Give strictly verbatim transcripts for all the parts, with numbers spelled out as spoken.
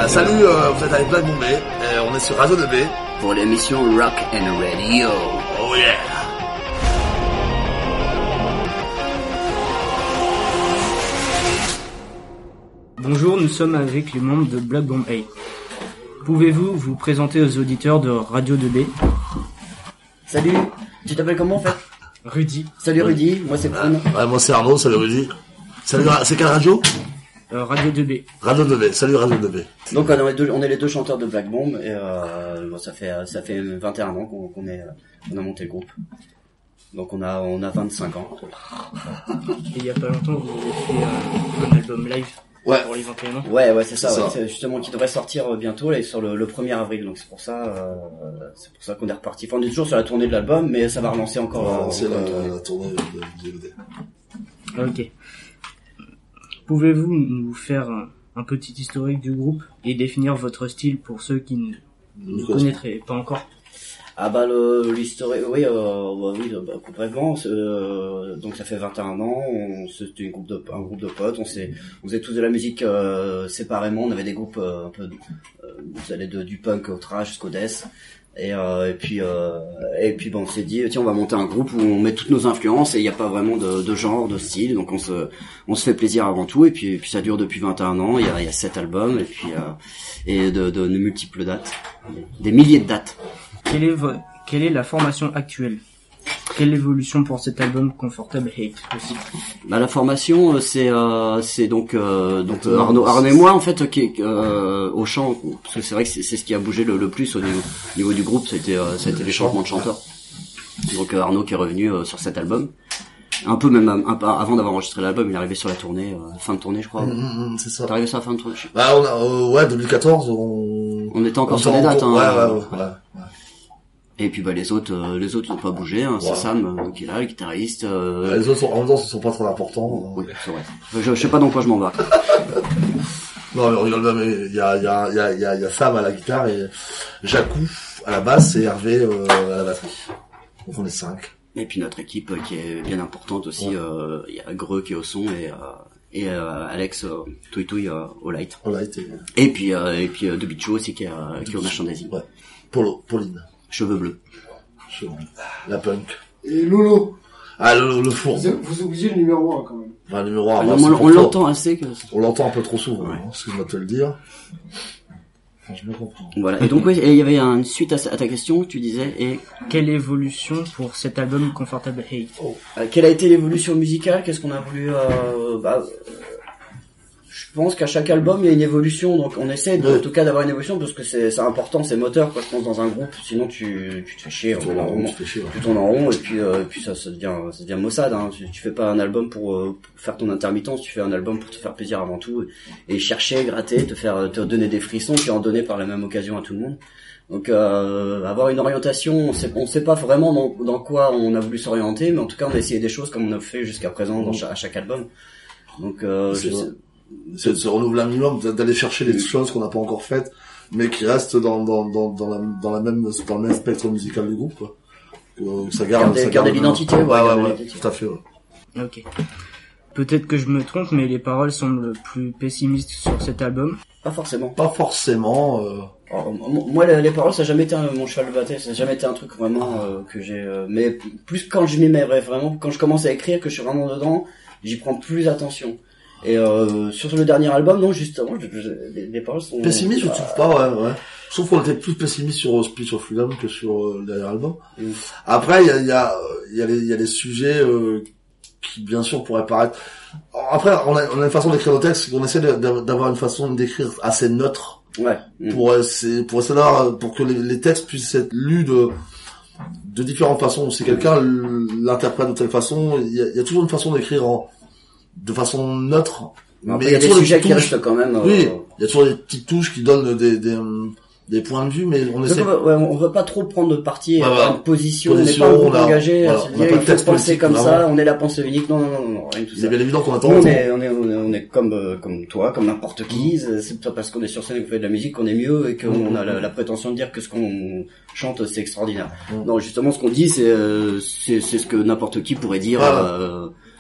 salut, euh, vous êtes avec Black Bombay, et on est sur Radio deux B. Pour l'émission Rock and Radio. Oh yeah. Bonjour, nous sommes avec les membres de Black Bombay. Pouvez-vous vous présenter aux auditeurs de Radio deux B? Salut, tu t'appelles comment en fait? Rudy. Salut Rudy, moi c'est Prune. Ouais, moi c'est Arnaud, salut Rudy. Salut, c'est quelle radio? Euh, Radio deux B. Radio deux B, salut Radio deux B. Donc on est, deux, on est les deux chanteurs de Black Bomb et euh, bon, ça fait ça fait vingt et un ans qu'on, qu'on est qu'on a monté le groupe. Donc on a on a vingt-cinq ans. Et il y a pas longtemps vous avez fait euh, un album live. Ouais. Pour les vingt et un ans. Ouais, ouais, c'est ça, c'est ouais. ça. C'est justement qui devrait sortir bientôt là, sur le, le premier avril. Donc c'est pour ça, euh, c'est pour ça qu'on est reparti. Enfin, on est toujours sur la tournée de l'album, mais ça va relancer encore. On va euh, lancer encore la, une tournée. la tournée de D V D. Ok. Pouvez-vous nous faire un, un petit historique du groupe et définir votre style pour ceux qui ne, ne connaîtraient pas encore? Ah bah le l'historique, oui, euh, bah, oui, bah, complètement. Euh, donc ça fait vingt et un ans. On, c'était une groupe de, un groupe de potes. On s'est, on faisait tous de la musique euh, séparément. On avait des groupes euh, un peu, euh, vous allez de du punk au thrash jusqu'au death. Et, euh, et puis, euh, et puis bon, on s'est dit, tiens, on va monter un groupe où on met toutes nos influences et il n'y a pas vraiment de, de genre, de style. Donc on se, on se fait plaisir avant tout. Et puis, et puis ça dure depuis vingt et un ans. Il y a, il y a sept albums et puis euh, et de, de, de multiples dates, des milliers de dates. Quelle est, vo- quelle est la formation actuelle? Quelle évolution pour cet album Comfortable Hate aussi? Bah la formation c'est euh, c'est donc euh, donc euh, Arnaud Arnaud et moi en fait qui euh, au chant, parce que c'est vrai que c'est, c'est ce qui a bougé le, le plus au niveau, au niveau du groupe, c'était euh, c'était les changements de chanteurs. Donc euh, Arnaud qui est revenu euh, sur cet album. Un peu même un, un, avant d'avoir enregistré l'album, il est arrivé sur la tournée, euh, fin de tournée je crois. Mmh, mmh, c'est ça. T'es arrivé sur la fin de tournée? Bah on a, euh, ouais, deux mille quatorze, on... On était encore on sur les dates, hein. Ouais, ouais, ouais, ouais, ouais. Et puis bah les autres, euh, les autres n'ont pas bougé. Hein. C'est Ouais. Sam euh, qui est là, le guitariste. Euh... Les autres sont, en même temps, ce sont pas très importants. Oui, c'est vrai. Je, je sais pas dans quoi je m'en vais. Non, mais on rigole bien, mais il y a, il y a, il y a, il y a, il y a Sam à la guitare et Jacou à la basse et Hervé euh, à la batterie. Donc on est cinq. Et puis notre équipe euh, qui est bien importante aussi. Il ouais. euh, y a Greux qui est au son et euh, et euh, Alex euh, Touy Touy euh, au light. Au light et, et puis euh, et puis euh, Dubichou aussi qui est euh, qui est au merchandising. Ouais. Polo, Pauline. Cheveux bleus. Cheveux bleus. La punk. Et Lolo. Ah, le, le four. Vous, vous oubliez le numéro un quand même. Bah, le numéro un. Ah, bah, non, on, on l'entend assez que... On l'entend un peu trop souvent, ouais. hein, excuse-moi de te le dire. Enfin, je me comprends. Voilà. Et donc, oui, il y avait une suite à, à ta question, tu disais, et... Quelle évolution pour cet album Comfortable Hate? Oh. Euh, quelle a été l'évolution musicale? Qu'est-ce qu'on a voulu, euh, bah, euh, je pense qu'à chaque album, il y a une évolution, donc on essaie de, ouais. en tout cas d'avoir une évolution, parce que c'est, c'est important, c'est moteur, quoi, je pense, dans un groupe, sinon tu, tu te fais chier, tu tournes en rond, tu, chier, ouais. tu tournes en rond, et puis, euh, et puis ça, ça devient, ça devient maussade, hein. Tu, tu fais pas un album pour, euh, pour faire ton intermittence, tu fais un album pour te faire plaisir avant tout, et, et chercher, gratter, te faire, te donner des frissons, puis en donner par la même occasion à tout le monde. Donc, euh, avoir une orientation, on sait, on sait pas vraiment dans, dans quoi on a voulu s'orienter, mais en tout cas, on a essayé des choses comme on a fait jusqu'à présent dans chaque, à chaque album. Donc, euh, c'est, je sais... c'est de se renouveler un minimum, d'aller chercher des choses qu'on n'a pas encore faites, mais qui restent dans, dans, dans, dans la, dans la même, dans le même spectre musical du groupe, quoi. Que ça garde, garder, ça garder garde l'identité, ouais, ouais, ouais, ouais, ouais, l'identité. Tout à fait, ouais. Ok. Peut-être que je me trompe, mais les paroles semblent plus pessimistes sur cet album. Pas forcément. Pas forcément, euh... Alors, moi, les, les paroles, ça n'a jamais été un, mon cheval de bataille, ça n'a jamais été un truc vraiment euh, que j'ai... Euh, mais plus quand je m'y mets vraiment, quand je commence à écrire, que je suis vraiment dedans, j'y prends plus attention. Et euh, sur le dernier album, non, justement, je, je, les, les paroles sont... Pessimiste, bah, je trouve pas, ouais, ouais. Je trouve qu'on était plus pessimiste sur Split sur Freedom que sur euh, le dernier album. Mm. Après, il y a, il y a, il y a les, il y a les sujets euh, qui, bien sûr, pourraient paraître... Après, on a, on a une façon d'écrire nos textes, on essaie de, de, d'avoir une façon d'écrire assez neutre. Ouais. Mm. Pour, c'est, pour essayer d'avoir, pour que les, les textes puissent être lus de, de différentes façons. Si quelqu'un l'interprète de telle façon, il y a, il y a toujours une façon d'écrire en, de façon neutre. Mais il y a des sujets qui restent quand même. Oui, euh... il y a toujours des petites touches qui donnent des, des, des points de vue, mais on essaie. Donc, ouais, on veut pas trop prendre de parti, ouais, euh, voilà. une position, position, on n'est pas on a, engagé, voilà, à se dire, il faut penser comme vraiment. Ça, on est la pensée unique, non, non, non, non, rien de tout ça. C'est bien évident qu'on attend. On est, on est, on est, on est comme, euh, comme toi, comme n'importe qui, mmh. C'est pas parce qu'on est sur scène et qu'on fait de la musique qu'on est mieux et qu'on mmh. a la, la prétention de dire que ce qu'on chante c'est extraordinaire. Mmh. Non, justement, ce qu'on dit, c'est, euh, c'est, c'est ce que n'importe qui pourrait dire, voilà. euh,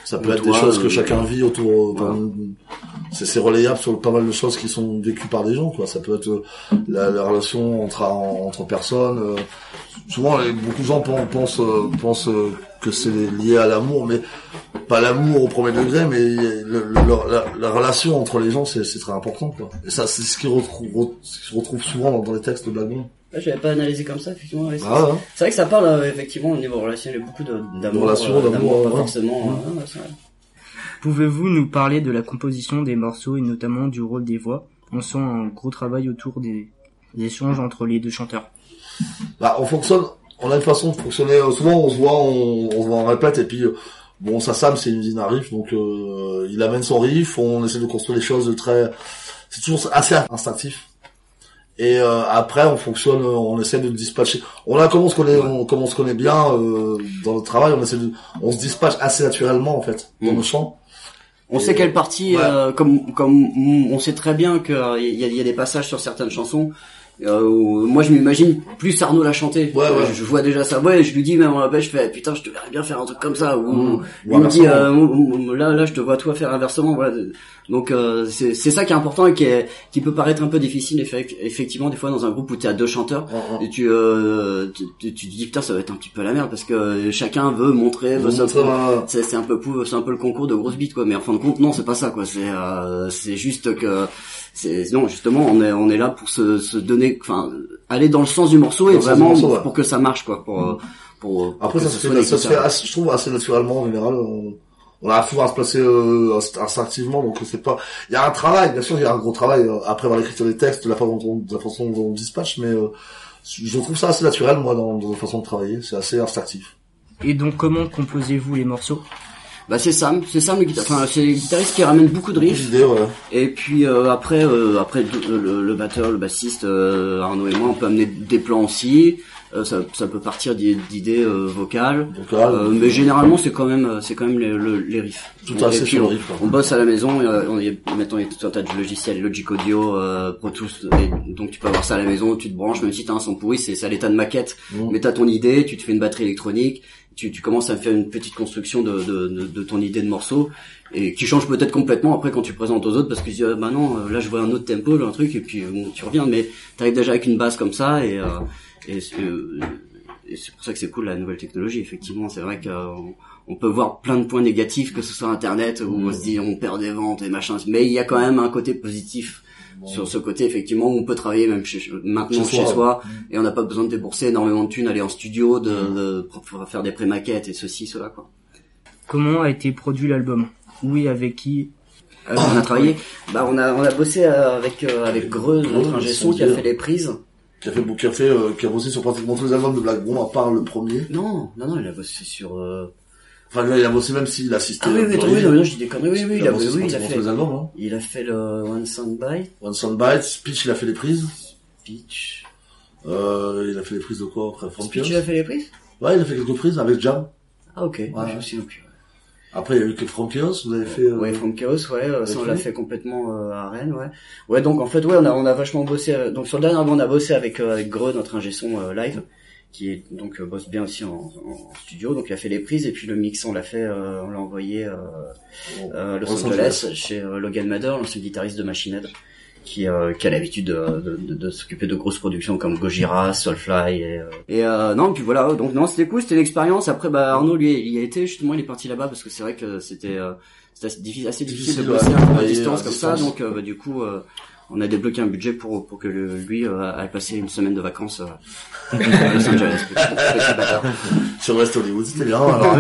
Ça peut ou être toi, des choses euh, que chacun vit autour. voilà. Enfin, c'est, c'est relayable sur pas mal de choses qui sont vécues par des gens, quoi. Ça peut être euh, la, la relation entre entre personnes. Euh, souvent, les, beaucoup de gens pensent pensent, pensent euh, que c'est lié à l'amour, mais pas l'amour au premier degré, mais le, le, la, la relation entre les gens, c'est, c'est très important, quoi. Et ça, c'est ce qui retrouve, ce qui se retrouve souvent dans, dans les textes de Black Moon. Là, je l'avais pas analysé comme ça, effectivement. Ouais, c'est, Ah, ouais. c'est vrai que ça parle euh, effectivement au niveau relationnel, beaucoup de, d'amour, De relations, euh, d'amour, d'amour, pas ouais. forcément. Mmh. euh, ouais, c'est vrai. Pouvez-vous nous parler de la composition des morceaux et notamment du rôle des voix? On sent un gros travail autour des, des échanges entre les deux chanteurs. Bah, on fonctionne, on a une façon de fonctionner. Souvent, on se voit, on, on se voit en répète, et puis euh, bon, ça Sam, c'est une usine à riff, donc euh, il amène son riff, on essaie de construire les choses de très, c'est toujours assez instinctif. Et euh, après, on fonctionne, on essaie de dispatcher. On a comme on se connaît, on, comme on se connaît bien euh, dans notre travail, on essaie de, on se dispatche assez naturellement en fait dans mmh. nos chants. On Et sait quelle partie, ouais. euh, comme comme on sait très bien que il euh, y, a, y a des passages sur certaines chansons. Euh, où, moi je m'imagine plus Arnaud l'a chanté. Ouais, ouais. Je, je vois déjà ça. Ouais, je lui dis même en appel, je fais putain, je te verrais bien faire un truc comme ça. Ou Mmh. il me dit euh, là là je te vois toi faire inversement. Voilà. Donc euh, c'est c'est ça qui est important et qui est qui peut paraître un peu difficile effectivement des fois dans un groupe où tu as deux chanteurs mmh. et tu, euh, tu tu tu te dis putain ça va être un petit peu la merde parce que chacun veut montrer, veut se c'est c'est un peu c'est un peu le concours de grosses bites quoi. Mais en fin de compte non c'est pas ça quoi. C'est euh, c'est juste que c'est non justement on est on est là pour se se donner enfin aller dans le sens du morceau et dans vraiment morceau, ouais. pour que ça marche quoi pour mmh. pour, pour après ça se fait ça se fait assez, je trouve assez naturellement en général on, on a souvent à se placer euh, instinctivement donc c'est pas il y a un travail bien sûr il y a un gros travail euh, après dans l'écriture des textes la façon dont la façon dont on dispatche mais euh, je trouve ça assez naturel moi dans, dans la façon de travailler c'est assez instinctif. Et donc comment composez-vous les morceaux? Bah c'est Sam, c'est Sam le guitariste, enfin c'est le guitariste qui ramène beaucoup de riffs. Idées, ouais. Et puis euh, après euh, après le, le, le batteur, le bassiste euh, Arnaud et moi on peut amener des plans aussi. Euh, ça ça peut partir d'idées euh, vocales. Vocal, euh, mais généralement c'est quand même c'est quand même les, le, les riffs. Tout à fait sur on, le riff. On bosse à la maison, euh, on y maintenant il y a tout un tas de logiciels Logic Audio, euh, Pro Tools et donc tu peux avoir ça à la maison, tu te branches même si t'as un son pourri, c'est c'est à l'état de maquette. Mmh. Mais t'as ton idée, tu te fais une batterie électronique. Tu, tu commences à faire une petite construction de, de, de, de ton idée de morceau et qui change peut-être complètement après quand tu présentes aux autres parce que tu dis ah, bah non là je vois un autre tempo là, un truc et puis bon, tu reviens mais t'arrives déjà avec une base comme ça et, euh, et, euh, et c'est pour ça que c'est cool la nouvelle technologie effectivement c'est vrai qu'on on peut voir plein de points négatifs que ce soit internet où on se dit on perd des ventes et machin mais il y a quand même un côté positif. Bon. Sur ce côté effectivement où on peut travailler même chez, maintenant chez, chez soi, soi mmh. et on n'a pas besoin de débourser énormément de thunes aller en studio de, mmh. de, de faire des pré-maquettes et ceci cela quoi. Comment a été produit l'album? Oui, avec qui euh, on a travaillé bah on a on a bossé avec euh, avec Greux notre ingé son qui a fait les prises qui a fait qui a fait euh, qui a bossé sur pratiquement tous les albums de Black Moon à part le premier. Non non non il a bossé sur euh... Enfin, là, il a bossé même s'il a assisté. Ah oui, oui, oui, non, non, je dis des conneries. Oui, oui, il, il a, bossé, oui, il a fait les albums, hein. Il a fait le One Soundbite. One Soundbite, Speech, il a fait les prises. Speech. Euh, il a fait les prises de quoi, après? Speech, il a fait les prises? Ouais, il a fait quelques prises avec Jam. Ah, ok. Ouais. Ouais, aussi, donc. Après, il y a eu que From Chaos, vous avez fait, euh... Ouais, From Chaos, ouais, euh, ça, on l'a fait complètement, euh, à Rennes, ouais. Ouais, donc, en fait, ouais, on a, on a vachement bossé, euh, donc, sur le dernier album, on a bossé avec, euh, avec Greux, notre ingé son, euh, live. Qui est donc euh, bosse bien aussi en, en studio, donc il a fait les prises et puis le mix on l'a fait, euh, on l'a envoyé euh, euh, à Los Angeles chez euh, Logan Mather, l'ancien guitariste de Machine Head, qui euh, qui a l'habitude de, de, de, de s'occuper de grosses productions comme Gojira, Soulfly et euh, et euh, non puis voilà donc non c'était cool, c'était une expérience. Après bah Arnaud lui il y a été justement, il est parti là-bas parce que c'est vrai que c'était euh, c'était assez difficile, assez difficile, difficile de bosser ouais, un peu à distance comme distance. Ça donc euh, bah, du coup euh, on a débloqué un budget pour pour que le, lui euh, aille passer une semaine de vacances euh, à Los Angeles. Sur West Hollywood, c'était bien. Alors,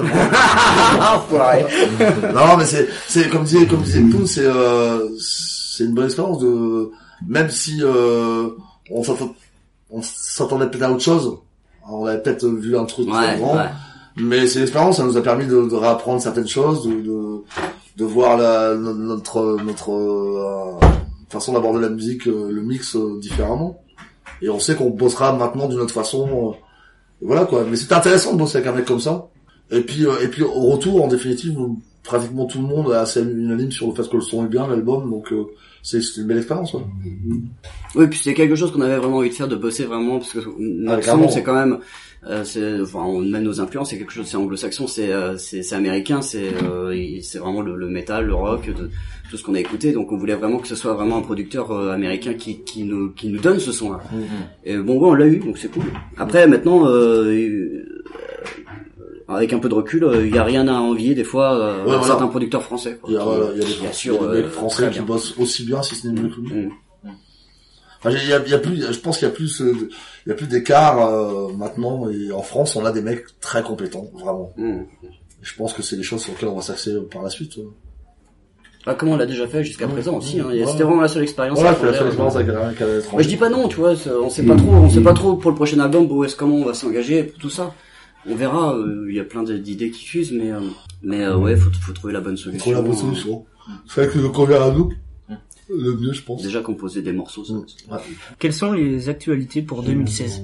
ouais. Non, mais c'est c'est comme disait comme disait Poon, c'est euh, c'est une bonne expérience de même si euh, on s'attendait on s'attendait peut-être à autre chose. On avait peut-être vu un truc ouais, très grand, ouais. Mais c'est l'expérience, ça nous a permis de, de réapprendre certaines choses, de de, de voir la notre notre euh, façon d'aborder la musique, euh, le mix euh, différemment. Et on sait qu'on bossera maintenant d'une autre façon. Euh, voilà quoi. Mais c'était intéressant de bosser avec un mec comme ça. Et puis euh, et puis au retour, en définitive, pratiquement tout le monde est assez unanime sur le fait que le son est bien, l'album, donc euh, c'est, c'est une belle expérience, quoi. Oui, puis c'est quelque chose qu'on avait vraiment envie de faire, de bosser vraiment, parce que notre ah, son, c'est quand même, euh, c'est, enfin, on, même nos influences, c'est quelque chose, c'est anglo-saxon, c'est, euh, c'est, c'est américain, c'est, euh, c'est vraiment le, le métal, le rock, de, tout ce qu'on a écouté, donc on voulait vraiment que ce soit vraiment un producteur euh, américain qui, qui nous, qui nous donne ce son-là. Mm-hmm. Et bon, ouais, on l'a eu, donc c'est cool. Après, maintenant, euh, euh, avec un peu de recul, il euh, y a rien à envier des fois euh, ouais, voilà. certains producteurs français. Il y a, voilà, il y a des, il y a sûr, il y a des mecs français qui bossent aussi bien, si ce n'est mieux que nous. Mm. Enfin, il y a, il y a plus, je pense qu'il y a plus, euh, il y a plus d'écart euh, maintenant. Et en France, on a des mecs très compétents, vraiment. Mm. Je pense que c'est des choses sur lesquelles on va s'axer par la suite. Euh. Ah, comme on l'a déjà fait jusqu'à mmh, présent aussi, hein. Ouais. C'était vraiment la seule expérience. Ouais, c'est la seule expérience avec l'étranger. Mais je dis pas non, tu vois, on sait pas trop, on sait pas trop pour le prochain album, où est-ce, comment on va s'engager, pour tout ça. On verra, il euh, y a plein d'idées qui fusent, mais, euh, mais, euh, ouais, faut, faut trouver la bonne solution. Trouver la bonne solution. C'est vrai que le convient à nous, le mieux, je pense. Déjà composer des morceaux, ça. Ouais. Quelles sont les actualités pour deux mille seize?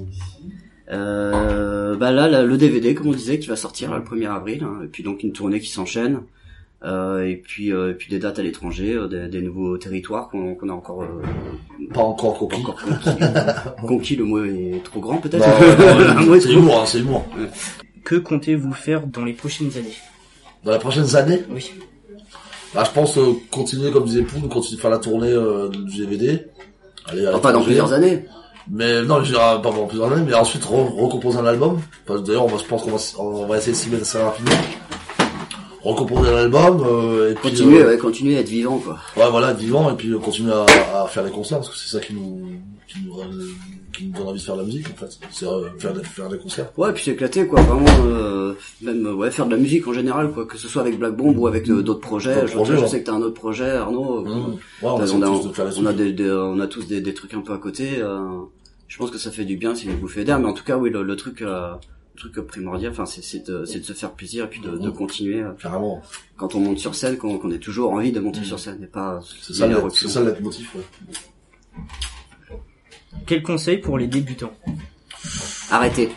Euh, bah là, là, le D V D, comme on disait, qui va sortir, là, le premier avril, hein, et puis donc une tournée qui s'enchaîne. Euh, et puis euh, et puis des dates à l'étranger, euh, des, des nouveaux territoires qu'on, qu'on a encore euh, pas encore conquis. Pas encore conquis. Conquis, le mot est trop grand peut-être. Non, non, c'est humour, hein, c'est humour. Que comptez-vous faire dans les prochaines années? Dans les prochaines années? Oui. Bah, je pense euh, continuer comme disait Poul, continuer de faire la tournée euh, du D V D. Allez, ah, pas dans plusieurs années. Mais non, je dirais pas dans plusieurs années, mais ensuite re- recomposer un album. Parce que d'ailleurs, on va, je pense qu'on va, on va essayer de s'y mettre assez rapidement. Recomposer l'album euh, et puis continuer, euh, ouais, continuer à être vivant, quoi. Ouais, voilà, être vivant et puis euh, continuer à, à faire des concerts parce que c'est ça qui nous, qui nous, qui nous donne envie de faire de la musique en fait. C'est euh, faire des, faire des concerts. Ouais, puis s'éclater quoi, vraiment, euh, même ouais, faire de la musique en général quoi, que ce soit avec Black Bomb ou avec euh, d'autres projets. D'autres je, projets je ouais. sais que t'as un autre projet, Arnaud. Mmh. Ouais, on, on, a, on, a, on a des, des, on a tous des, des trucs un peu à côté. Euh, je pense que ça fait du bien, c'est une bouffée d'air, mais en tout cas oui, le, le truc. Euh, truc primordial, enfin c'est c'est de c'est de se faire plaisir et puis de, mmh. de continuer. Carrément. Quand on monte sur scène, qu'on, qu'on ait toujours envie de monter mmh. sur scène et pas. C'est ça, le, c'est ça le motif. Ouais. Quel conseil pour les débutants? Arrêtez.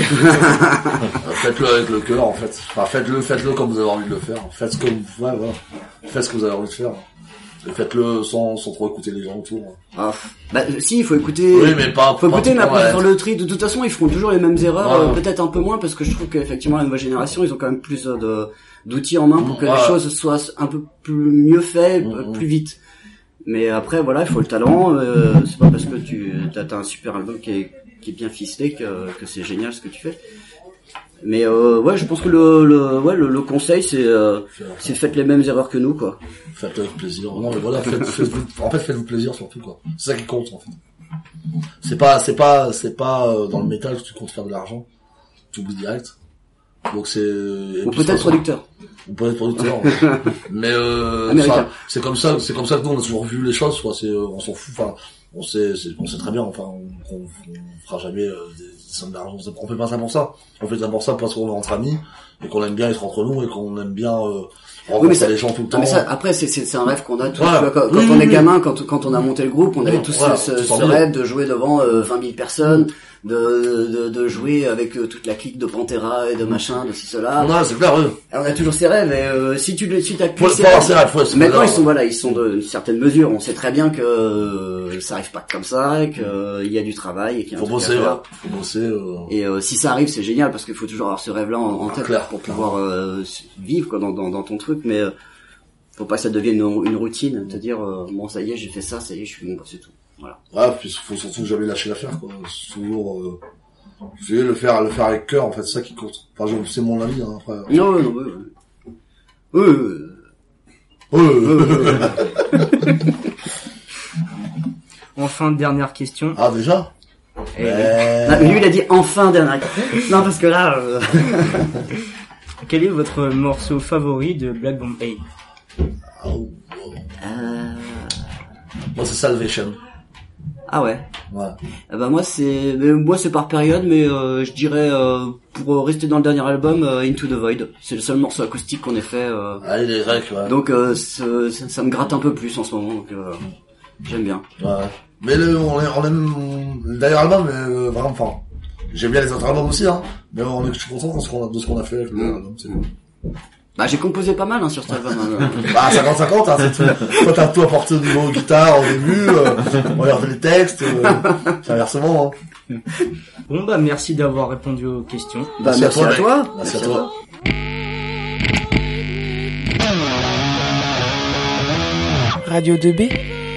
Faites-le avec le cœur en fait. Enfin faites-le, faites-le comme vous avez envie de le faire. Faites ce que vous, ouais, voilà. Faites ce que vous avez envie de faire. Et faites-le sans, sans trop écouter les gens autour. Ah, bah, si, il faut écouter. Oui, mais pas, faut pas écouter, mais après, ouais. faire le tri. De toute façon, ils feront toujours les mêmes erreurs, ouais. euh, peut-être un peu moins, parce que je trouve qu'effectivement, la nouvelle génération, ils ont quand même plus de, d'outils en main pour que ouais. les choses soient un peu plus mieux faites, mmh, plus vite. Mais après, voilà, il faut le talent, euh, c'est pas parce que tu, t'as, t'as un super album qui est, qui est bien ficelé que, que c'est génial ce que tu fais. Mais euh, ouais, je pense que le le ouais le, le conseil c'est euh, c'est faites les mêmes erreurs que nous quoi. Faites avec plaisir. Non mais voilà, faites, faites, en fait faites-vous plaisir surtout quoi. C'est ça qui compte en fait. C'est pas c'est pas c'est pas dans le métal que tu comptes faire de l'argent. Tu oublies direct. Donc c'est ou peut-être producteur. Ou peut-être producteur. Mais euh ça, c'est comme ça c'est comme ça que nous on a toujours vu les choses quoi, c'est on s'en fout enfin on sait c'est, on sait très bien enfin on on, on fera jamais euh, des sommes d'argent, on fait pas ça pour ça. On fait ça pour ça parce qu'on est entre amis et qu'on aime bien être entre nous et qu'on aime bien euh, rencontrer oui, les gens tout le temps. Mais ça, après c'est c'est c'est un rêve qu'on a tous. Ouais. Quand, quand oui, on oui, est gamin, oui. quand quand on a monté le groupe, on avait tous voilà, ce, ce, ce rêve de jouer devant euh, vingt mille personnes, de de de jouer avec euh, toute la clique de Pantera et de machin, de ci cela. Ouais, c'est clair. Oui. On a toujours ces rêves et euh, si tu si t'as plus ces rêves, ces rêves ouais, maintenant ils sont voilà, ils sont d'une certaine mesure. On sait très bien que euh, ça arrive pas comme ça, qu'il euh, y a du travail et qu'il y a un faut bosser, ouais. faut bosser. Euh... Et euh, si ça arrive, c'est génial parce qu'il faut toujours avoir ce rêve-là en, en tête clair, pour pouvoir euh, vivre quoi dans, dans dans ton truc, mais euh, faut pas que ça devienne une, une routine, te dire euh, bon ça y est j'ai fait ça, ça y est je suis bon, bah, c'est tout. Voilà. Ouais, puis faut surtout jamais lâcher l'affaire quoi. C'est toujours euh, essayer de le faire le faire avec cœur en fait, c'est ça qui compte. Enfin c'est mon avis hein, après. Non non oui. Oui. Oui. Oui. Enfin dernière question. Ah déjà. Et mais... non, lui il a dit enfin dernière question. Non parce que là. Euh... Quel est votre morceau favori de Black Bomb Eight? Oh, oh. Euh... Moi c'est Salvation. Ah ouais. Ouais. Eh ben moi c'est, mais moi c'est par période, mais euh, je dirais euh, pour rester dans le dernier album, euh, Into the Void. C'est le seul morceau acoustique qu'on ait fait. Euh... Ah il est grec, ouais. Donc euh, ça, ça me gratte un peu plus en ce moment, donc euh, j'aime bien. Ouais. Mais le, on, on aime le dernier album, mais euh, vraiment, enfin, j'aime bien les autres albums aussi, hein. Mais on est, je suis content de ce qu'on a, de ce qu'on a fait avec le dernier album, c'est bon. Bah, j'ai composé pas mal hein, sur cet album. Hein. Bah, cinquante cinquante, hein, c'est tout. Toi, t'as tout apporté au niveau guitare, au début, euh, on regarde les textes, euh, c'est inversement, hein. Bon, bah, merci d'avoir répondu aux questions. Bah, merci, merci à toi. toi. Merci, merci à toi. Radio deux B.